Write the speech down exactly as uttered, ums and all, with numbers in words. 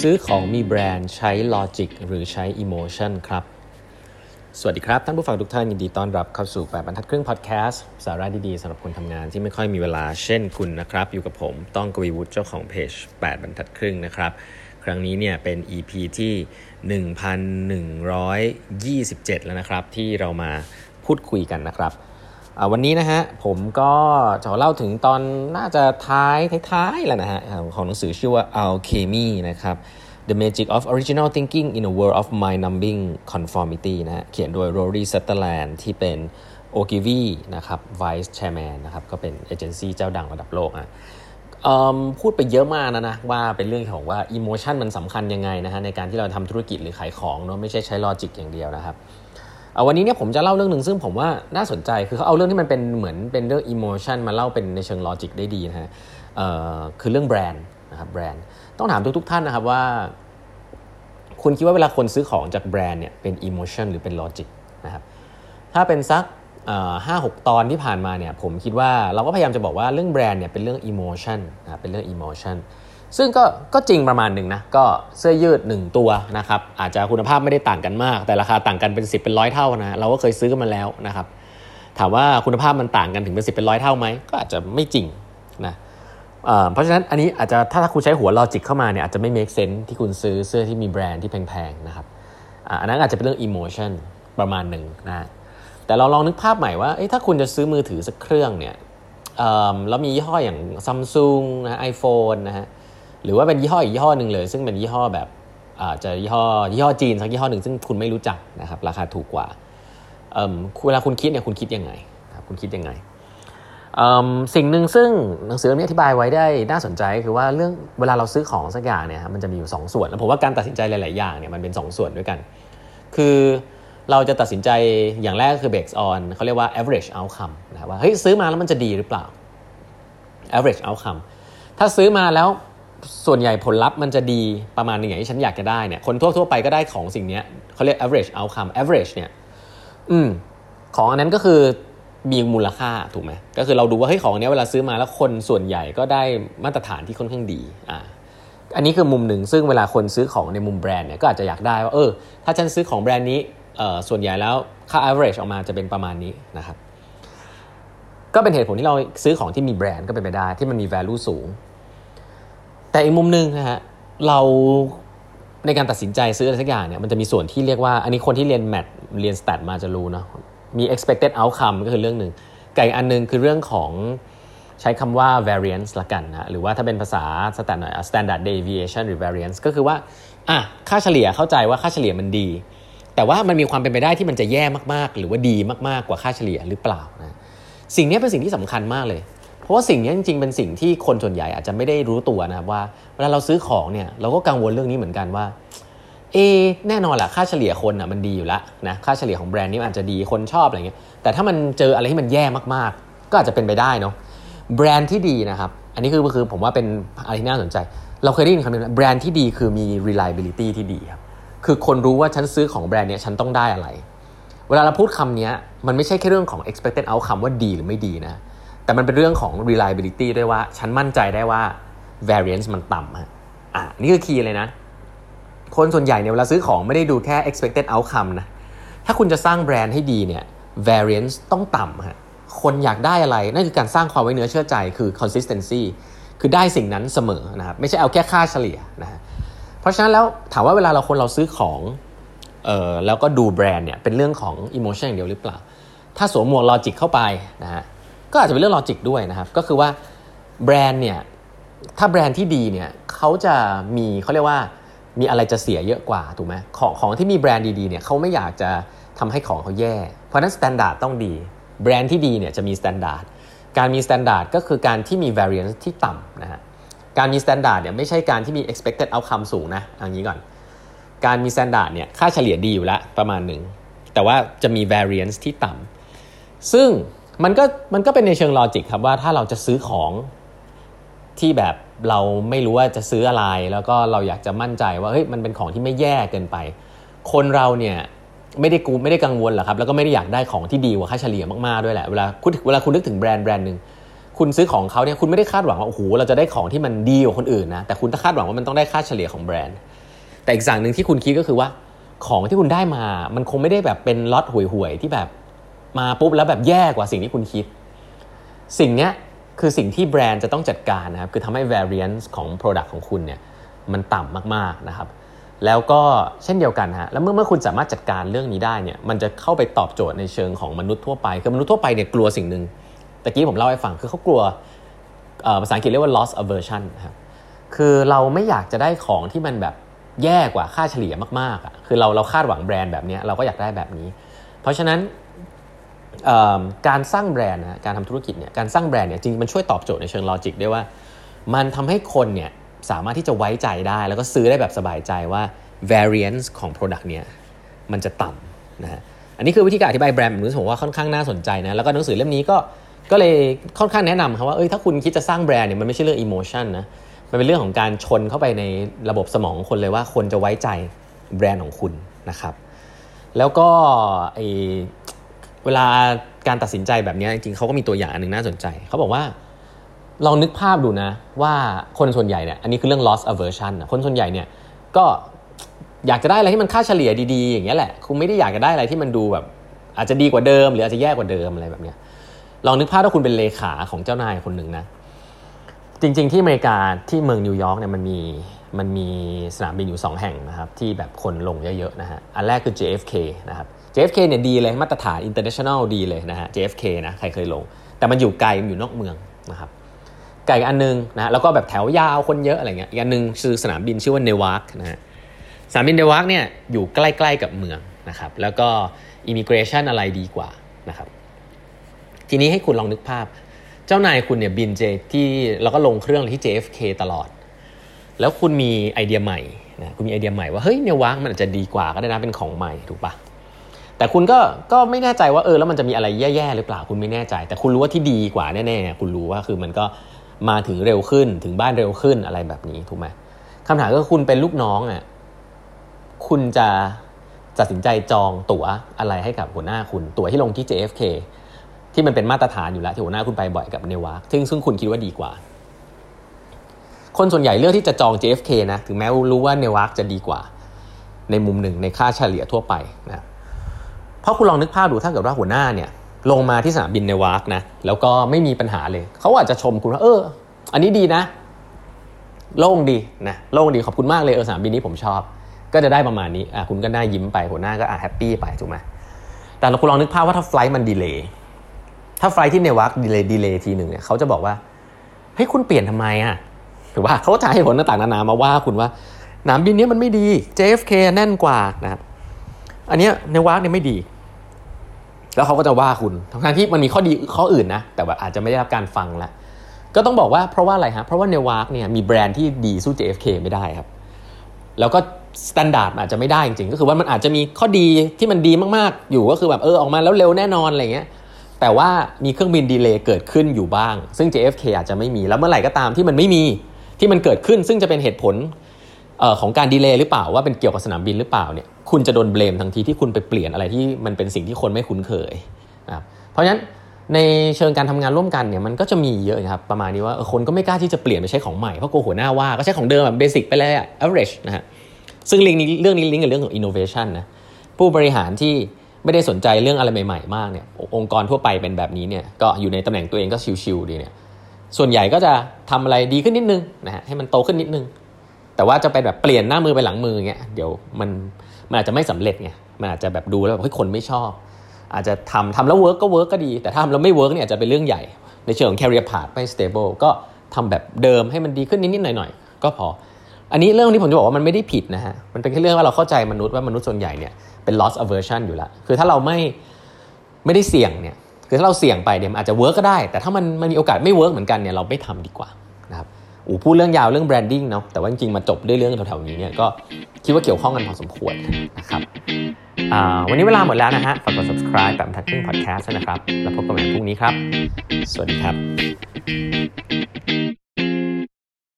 ซื้อของมีแบรนด์ใช้ logic หรือใช้ emotion ครับสวัสดีครับท่านผู้ฟังทุกท่านยินดีต้อนรับเข้าสู่แปดบรรทัดครึ่งพอดแคสต์สาระดีๆสำหรับคนทำงานที่ไม่ค่อยมีเวลาเช่นคุณนะครับอยู่กับผมต้องกวีวุฒิเจ้าของเพจแปดบรรทัดครึ่งนะครับครั้งนี้เนี่ยเป็น อี พี ที่ หนึ่งพันหนึ่งร้อยยี่สิบเจ็ด แล้วนะครับที่เรามาพูดคุยกันนะครับวันนี้นะฮะผมก็จะเล่าถึงตอนน่าจะท้ายท้ายๆแล้วนะฮะของหนังสือชื่อว่า Alchemy นะครับ The Magic of Original Thinking in a World of Mind-Numbing Conformity นะฮะเขียนโดย Rory Sutherland ที่เป็น Ogilvy นะครับ Vice Chairman นะครับก็เป็นเอเจนซี่เจ้าดังระดับโลกอ่ะพูดไปเยอะมากนะนะว่าเป็นเรื่องของว่า emotion มันสำคัญยังไงนะฮะในการที่เราทำธุรกิจหรือขายของเนาะไม่ใช่ใช้ logic อย่างเดียวนะครับวันนี้เนี่ยผมจะเล่าเรื่องหนึ่งซึ่งผมว่าน่าสนใจคือเขาเอาเรื่องที่มันเป็นเหมือนเป็นเรื่อง emotion มาเล่าเป็นในเชิง logic ได้ดีนะฮะคือเรื่องแบรนด์นะครับแบรนด์ต้องถามทุกๆท่านนะครับว่าคุณคิดว่าเวลาคนซื้อของจากแบรนด์เนี่ยเป็น emotion หรือเป็น logic นะครับถ้าเป็นสักห้าหกตอนที่ผ่านมาเนี่ยผมคิดว่าเราก็พยายามจะบอกว่าเรื่องแบรนด์เนี่ยเป็นเรื่อง emotion นะครับเป็นเรื่อง emotion ซึ่งก็ก็จริงประมาณหนึ่งนะก็เสื้อยืดหนึ่งตัวนะครับอาจจะคุณภาพไม่ได้ต่างกันมากแต่ราคาต่างกันเป็นสิบเป็นร้อยเท่านะเราก็เคยซื้อกันมาแล้วนะครับถามว่าคุณภาพมันต่างกันถึงเป็นสิบเป็นร้อยเท่าไหมก็อาจจะไม่จริงนะเพราะฉะนั้นอันนี้อาจจะถ้าคุณใช้หัวลอจิกเข้ามาเนี่ยอาจจะไม่ make sense ที่คุณซื้อเสื้อที่มีแบรนด์ที่แพงๆนะครับอันนั้นอาจจะเป็นเรื่อง emotion ประมาณหนึ่งนะแต่เราลองนึกภาพใหม่ว่าถ้าคุณจะซื้อมือถือสักเครื่องเนี่ยแล้วมียี่ห้ออย่าง Samsung นะ iPhone นะฮะหรือว่าเป็นยี่ห้ออีกยี่ห้อหนึ่งเลยซึ่งเป็นยี่ห้อแบบอาจจะยี่ห้อยี่ห้อจีนสักยี่ห้อหนึ่งซึ่งคุณไม่รู้จักนะครับราคาถูกกว่าเอ่อเวลาคุณคิดเนี่ยคุณคิดยังไงครับคุณคิดยังไงสิ่งหนึ่งซึ่งหนังสือเล่มนี้อธิบายไว้ได้น่าสนใจคือว่าเรื่องเวลาเราซื้อของสักอย่างเนี่ยมันจะมีอยู่สองส่วนแล้วผมว่าการตัดสินใจหลายๆอย่างเนี่ยมันเป็นสองส่วนด้วยกันคือเราจะตัดสินใจอย่างแรกคือ based on เขาเรียกว่า average outcome นะว่าเฮ้ยซื้อมาแล้วมันจะดีหรือเปล่า average outcome ถ้าซื้อมาแล้วส่วนใหญ่ผลลัพธ์มันจะดีประมาณนึงอย่างที่ฉันอยากจะได้เนี่ยคนทั่วๆไปก็ได้ของสิ่งนี้เขาเรียก average outcome average เนี่ยอืมของอันนั้นก็คือมีมูลค่าถูกไหมก็คือเราดูว่าเฮ้ยของนี้เวลาซื้อมาแล้วคนส่วนใหญ่ก็ได้มาตรฐานที่ค่อนข้างดีอ่าอันนี้คือมุมหนึ่งซึ่งเวลาคนซื้อของในมุมแบรนด์เนี่ยก็อาจจะอยากได้ว่าเออถ้าฉันซื้อของแบรนด์นี้เอ่อส่วนใหญ่แล้วค่า average ออกมาจะเป็นประมาณนี้นะครับก็เป็นเหตุผลที่เราซื้อของที่มีแบรนด์ก็เป็นไปได้ที่มันมี value สูงแต่อีกมุมนึงนะฮะเราในการตัดสินใจซื้ออะไรสักอย่างเนี่ยมันจะมีส่วนที่เรียกว่าอันนี้คนที่เรียนแมทเรียนสแตทมาจะรู้เนาะมี expected outcome ก็คือเรื่องหนึ่งกับอีกอันนึงคือเรื่องของใช้คำว่า variance ละกันนะหรือว่าถ้าเป็นภาษาสแตทหน่อย standard deviation หรือ variance ก็คือว่าอ่ะค่าเฉลี่ยเข้าใจว่าค่าเฉลี่ยมันดีแต่ว่ามันมีความเป็นไปได้ที่มันจะแย่มากๆหรือว่าดีมากๆกว่าค่าเฉลี่ยหรือเปล่านะสิ่งนี้เป็นสิ่งที่สำคัญมากเลยเพราะว่าสิ่งนี้จริงๆเป็นสิ่งที่คนส่วนใหญ่อาจจะไม่ได้รู้ตัวนะครับว่าเวลาเราซื้อของเนี่ยเราก็กังวลเรื่องนี้เหมือนกันว่าเอแน่นอนแหละค่าเฉลี่ยคนอ่ะมันดีอยู่แล้วนะค่าเฉลี่ยของแบรนด์นี้อาจจะดีคนชอบอะไรเงี้ยแต่ถ้ามันเจออะไรที่มันแย่มากๆก็อาจจะเป็นไปได้เนาะแบรนด์ที่ดีนะครับอันนี้คือคือผมว่าเป็นอะไรที่น่าสนใจเราเคยได้ยินคำนึงแบรนด์ที่ดีคือมี reliability ที่ดีครับคือคนรู้ว่าฉันซื้อของแบรนด์เนี้ยฉันต้องได้อะไรเวลาเราพูดคำนี้มันไม่ใช่แค่เรื่องของ expected outcome ว่าดีหรือไม่ดีนะแต่มันเป็นเรื่องของ reliability ด้วยว่าฉันมั่นใจได้ว่า variance มันต่ำฮะอ่ะนี่คือคีย์เลยนะคนส่วนใหญ่เนี่ยเวลาซื้อของไม่ได้ดูแค่ expected outcome นะถ้าคุณจะสร้างแบรนด์ให้ดีเนี่ย variance ต้องต่ำฮะคนอยากได้อะไรนั่นคือการสร้างความไว้เนื้อเชื่อใจคือ consistency คือได้สิ่งนั้นเสมอนะครับไม่ใช่เอาแค่ค่าเฉลี่ยนะฮะเพราะฉะนั้นแล้วถามว่าเวลาเราคนเราซื้อของเอ่อแล้วก็ดูแบรนด์เนี่ยเป็นเรื่องของ emotion อย่างเดียวหรือเปล่าถ้าสวมหมวก logic เข้าไปนะฮะก็อาจจะเป็นเรื่องลอจิกด้วยนะครับก็คือว่าแบรนด์เนี่ยถ้าแบรนด์ที่ดีเนี่ยเขาจะมีเขาเรียกว่ามีอะไรจะเสียเยอะกว่าถูกไหมของของที่มีแบรนด์ดีๆเนี่ยเขาไม่อยากจะทำให้ของเขาแย่เพราะฉะนั้นสแตนดาร์ดต้องดีแบรนด์ที่ดีเนี่ยจะมีสแตนดาร์ดการมีสแตนดาร์ดก็คือการที่มี variance ที่ต่ำนะฮะการมีสแตนดาร์ดเนี่ยไม่ใช่การที่มี expected outcome สูงนะอย่างนี้ก่อนการมีสแตนดาร์ดเนี่ยค่าเฉลี่ยดีอยู่แล้วประมาณหนึ่งแต่ว่าจะมี variance ที่ต่ำซึ่งมันก็มันก็เป็นในเชิงลอจิกครับว่าถ้าเราจะซื้อของที่แบบเราไม่รู้ว่าจะซื้ออะไรแล้วก็เราอยากจะมั่นใจว่าเฮ้ยมันเป็นของที่ไม่แย่เกินไปคนเราเนี่ยไม่ได้กูไม่ได้กังวลหรอกครับแล้วก็ไม่ได้อยากได้ของที่ดีกว่าค่าเฉลี่ยมากๆด้วยแหละเวลาคุณเวลาคุณนึกถึงแบรนด์แบรนด์นึงคุณซื้อของเขาเนี่ยคุณไม่ได้คาดหวังว่าโอ้โหเราจะได้ของที่มันดีกว่าคนอื่นนะแต่คุณต้องคาดหวังว่ามันต้องได้ค่าเฉลี่ยของแบรนด์แต่อีกอย่างนึงที่คุณคิดก็คือว่าของที่คุณได้มามันคงไม่ได้แบบเป็นล็อตห่วยๆที่แบบมาปุ๊บแล้วแบบแย่กว่าสิ่งที่คุณคิดสิ่งเนี้ยคือสิ่งที่แบรนด์จะต้องจัดการนะครับคือทำให้ variance ของ product ของคุณเนี่ยมันต่ำมากๆนะครับแล้วก็เช่นเดียวกันฮะแล้วเมื่อเมื่อคุณสามารถจัดการเรื่องนี้ได้เนี่ยมันจะเข้าไปตอบโจทย์ในเชิงของมนุษย์ทั่วไปคือมนุษย์ทั่วไปเนี่ยกลัวสิ่งนึงตะกี้ผมเล่าให้ฟังคือเขากลัวภาษาอังกฤษเรียกว่า loss aversion นะครับคือเราไม่อยากจะได้ของที่มันแบบแย่กว่าค่าเฉลี่ยมากๆอ่ะคือเราเราคาดหวังแบรนด์แบบนี้เราก็อยากได้แบบนี้เพราะฉะนั้นการสร้างแบรนด์นะการทำธุรกิจเนี่ยการสร้างแบรนด์เนี่ยจริงมันช่วยตอบโจทย์ในเชิงลอจิกได้ว่ามันทำให้คนเนี่ยสามารถที่จะไว้ใจได้แล้วก็ซื้อได้แบบสบายใจว่า variance ของ product เนี่ยมันจะต่ำนะฮะอันนี้คือวิธีการอธิบายแบรนด์ผมรู้สึกว่าค่อนข้างน่าสนใจนะแล้วก็หนังสือเล่มนี้ก็ก็เลยค่อนข้างแนะนำครับว่าเอ้ยถ้าคุณคิดจะสร้างแบรนด์เนี่ยมันไม่ใช่เรื่อง emotion นะมันเป็นเรื่องของการชนเข้าไปในระบบสมองของคนเลยว่าคนจะไว้ใจแบรนด์ของคุณนะครับแล้วก็ไอเวลาการตัดสินใจแบบนี้จริงๆเขาก็มีตัวอย่างอันนึงน่าสนใจเขาบอกว่าลองนึกภาพดูนะว่าคนส่วนใหญ่เนี่ยอันนี้คือเรื่อง loss aversion นะคนส่วนใหญ่เนี่ยก็อยากจะได้อะไรที่มันค่าเฉลี่ยดีๆอย่างเงี้ยแหละคุณไม่ได้อยากจะได้อะไรที่มันดูแบบอาจจะดีกว่าเดิมหรืออาจจะแย่กว่าเดิมอะไรแบบเนี้ยลองนึกภาพว่าคุณเป็นเลขาของเจ้านายคนหนึ่งนะจริงๆที่อเมริกาที่เมืองนิวยอร์กเนี่ยมันมีมันมีสนามบินอยู่สองแห่งนะครับที่แบบคนลงเยอะๆนะฮะอันแรกคือ เจ เอฟ เค นะครับ เจ เอฟ เค เนี่ยดีเลยมาตรฐาน international ดีเลยนะฮะ เจ เอฟ เค นะใครเคยลงแต่มันอยู่ไกลมันอยู่นอกเมืองนะครับไกลอันนึงนะแล้วก็แบบแถวยาวคนเยอะอะไรเงี้ยอีกอันนึงคือสนามบินชื่อว่าเนวาร์กนะฮะสนามบินเนวาร์กเนี่ยอยู่ใกล้ๆกับเมืองนะครับแล้วก็ immigration อะไรดีกว่านะครับทีนี้ให้คุณลองนึกภาพเจ้านายคุณเนี่ยบินเจที่แล้วก็ลงเครื่องที่ เจ เอฟ เค ตลอดแล้วคุณมีไอเดียใหม่นะคุณมีไอเดียใหม่ว่าเฮ้ยเนวาร์กมันอาจจะดีกว่าก็ได้นะเป็นของใหม่ถูกปะแต่คุณก็ก็ไม่แน่ใจว่าเออแล้วมันจะมีอะไรแย่ๆหรือเปล่าคุณไม่แน่ใจแต่คุณรู้ว่าที่ดีกว่าแน่ๆคุณรู้ว่าคือมันก็มาถึงเร็วขึ้นถึงบ้านเร็วขึ้นอะไรแบบนี้ถูกไหมคำถามก็คือคุณเป็นลูกน้องอ่ะคุณจะตัดสินใจจองตั๋วอะไรให้กับหัวหน้าคุณตั๋วที่ลงที่ เจ เอฟ เค ที่มันเป็นมาตรฐานอยู่แล้วที่หัวหน้าคุณไปบ่อยกับเนวาร์กซึ่งซึ่งคุณคิดว่าดีกว่าคนส่วนใหญ่เลือกที่จะจอง เจ เอฟ เค นะถึงแม้รู้ว่าเนวาร์กจะดีกว่าในมุมหนึ่งในค่าเฉลี่ยทั่วไปนะเพราะคุณลองนึกภาพดูถ้าเกิดว่าหัวหน้าเนี่ยลงมาที่สนามบินเนวาร์กนะแล้วก็ไม่มีปัญหาเลยเขาอาจจะชมคุณว่าเอออันนี้ดีนะโล่งดีนะโล่งดีขอบคุณมากเลยเออสนามบินนี้ผมชอบก็จะได้ประมาณนี้อ่ะคุณก็น่ายิ้มไปหัวหน้าก็อ่ะแฮปปี้ไปถูกไหมแต่เราคุณลองนึกภาพว่าถ้าไฟล์มันดีเลย์ถ้าไฟล์ที่เนวาร์กดีเลย์ดีเลย์ทีหนึ่งเนี่ยเขาจะบอกว่าเฮ้ยคุณเปลี่ยนทำไมอ่ะถือว่าเขาจะให้ผลต่างๆนานามาว่าคุณว่าสนามบินนี้มันไม่ดี เจ เอฟ เค แน่นกว่านะครับอันเนี้ยเนวาร์กเนี่ยไม่ดีแล้วเขาก็จะว่าคุณทั้งที่มันมีข้อดีข้ออื่นนะแต่แบบอาจจะไม่ได้รับการฟังละก็ต้องบอกว่าเพราะว่าอะไรฮะเพราะว่าเนวาร์กเนี่ยมีแบรนด์ที่ดีสู้ เจ เอฟ เค ไม่ได้ครับแล้วก็สแตนดาร์ดอาจจะไม่ได้จริงๆก็คือว่ามันอาจจะมีข้อดีที่มันดีมากๆอยู่ก็คือแบบเออออกมาแล้วเร็วแน่นอนอะไรเงี้ยแต่ว่ามีเครื่องบินดีเลย์เกิดขึ้นอยู่บ้างซึ่ง เจ เอฟ เค อาจจะไม่มีแล้วเมื่อไหร่ก็ตามที่มันไม่มีที่มันเกิดขึ้นซึ่งจะเป็นเหตุผลเอ่อของการดีเลย์หรือเปล่าว่าเป็นเกี่ยวกับสนามบินหรือเปล่าเนี่ยคุณจะโดนเบลมทันทีที่คุณไปเปลี่ยนอะไรที่มันเป็นสิ่งที่คนไม่คุ้นเคยนะครับเพราะฉะนั้นในเชิงการทำงานร่วมกันเนี่ยมันก็จะมีเยอะครับประมาณนี้ว่าคนก็ไม่กล้าที่จะเปลี่ยนไปใช้ของใหม่เพราะกลัวหัวหน้าว่าก็ใช้ของเดิมแบบเบสิกไปเลยอะ average นะฮะซึ่งเรื่องนี้เรื่องนี้ลิงก์กับเรื่องของ innovation นะผู้บริหารที่ไม่ได้สนใจเรื่องอะไรใหม่ๆมากเนี่ยองค์กรทั่วไปเป็นแบบนี้เนี่ยก็อยู่ในตำแหน่งตัวเองก็ชิวๆดีเนี่ยส่วนใหญ่ก็จะทำอะไรดีขึ้นนิดนึงนะฮะให้มันโตขึ้นนิดนึงแต่ว่าจะไปแบบเปลี่ยนหน้ามือไปหลังมือเงี้ยเดี๋ยวมันมันอาจจะไม่สำเร็จไงมันอาจจะแบบดูแล้วแบบเฮ้ยคนไม่ชอบอาจจะทำทำแล้วเวิร์กก็เวิร์กก็ดีแต่ถ้าทำแล้วไม่เวิร์กเนี่ยอาจจะเป็นเรื่องใหญ่ในเชิงของ career path ไม่ stable ก็ทำแบบเดิมให้มันดีขึ้นนิดๆหน่อยๆก็พออันนี้เรื่องที่ผมจะบอกว่ามันไม่ได้ผิดนะฮะมันเป็นแค่เรื่องว่าเราเข้าใจมนุษย์ว่ามนุษย์ส่วนใหญ่เนี่ยเป็น loss aversion อยู่แล้วคือถ้าเราไม่ไม่ได้เสี่ยงเนี่ยคือถ้าเราเสี่ยงไปเนี่ยมันอาจจะเวิร์กก็ได้แต่ถ้ามันมันมีโอกาสไม่เวิร์กเหมือนกันเนี่ยเราไม่ทำดีกว่านะครับอู๋พูดเรื่องยาวเรื่อง branding เนาะแต่ว่าจริงๆมาจบด้วยเรื่องแถวๆนี้เนี่ยก็คิดว่าเกี่ยวข้องกันพอสมควรนะครับอ่าวันนี้เวลาหมดแล้วนะฮะฝากกด subscribe แบบทักครึ่ง podcast นะครับแล้วพบกันใหม่พรุ่งนี้ครับสวัสดีครับ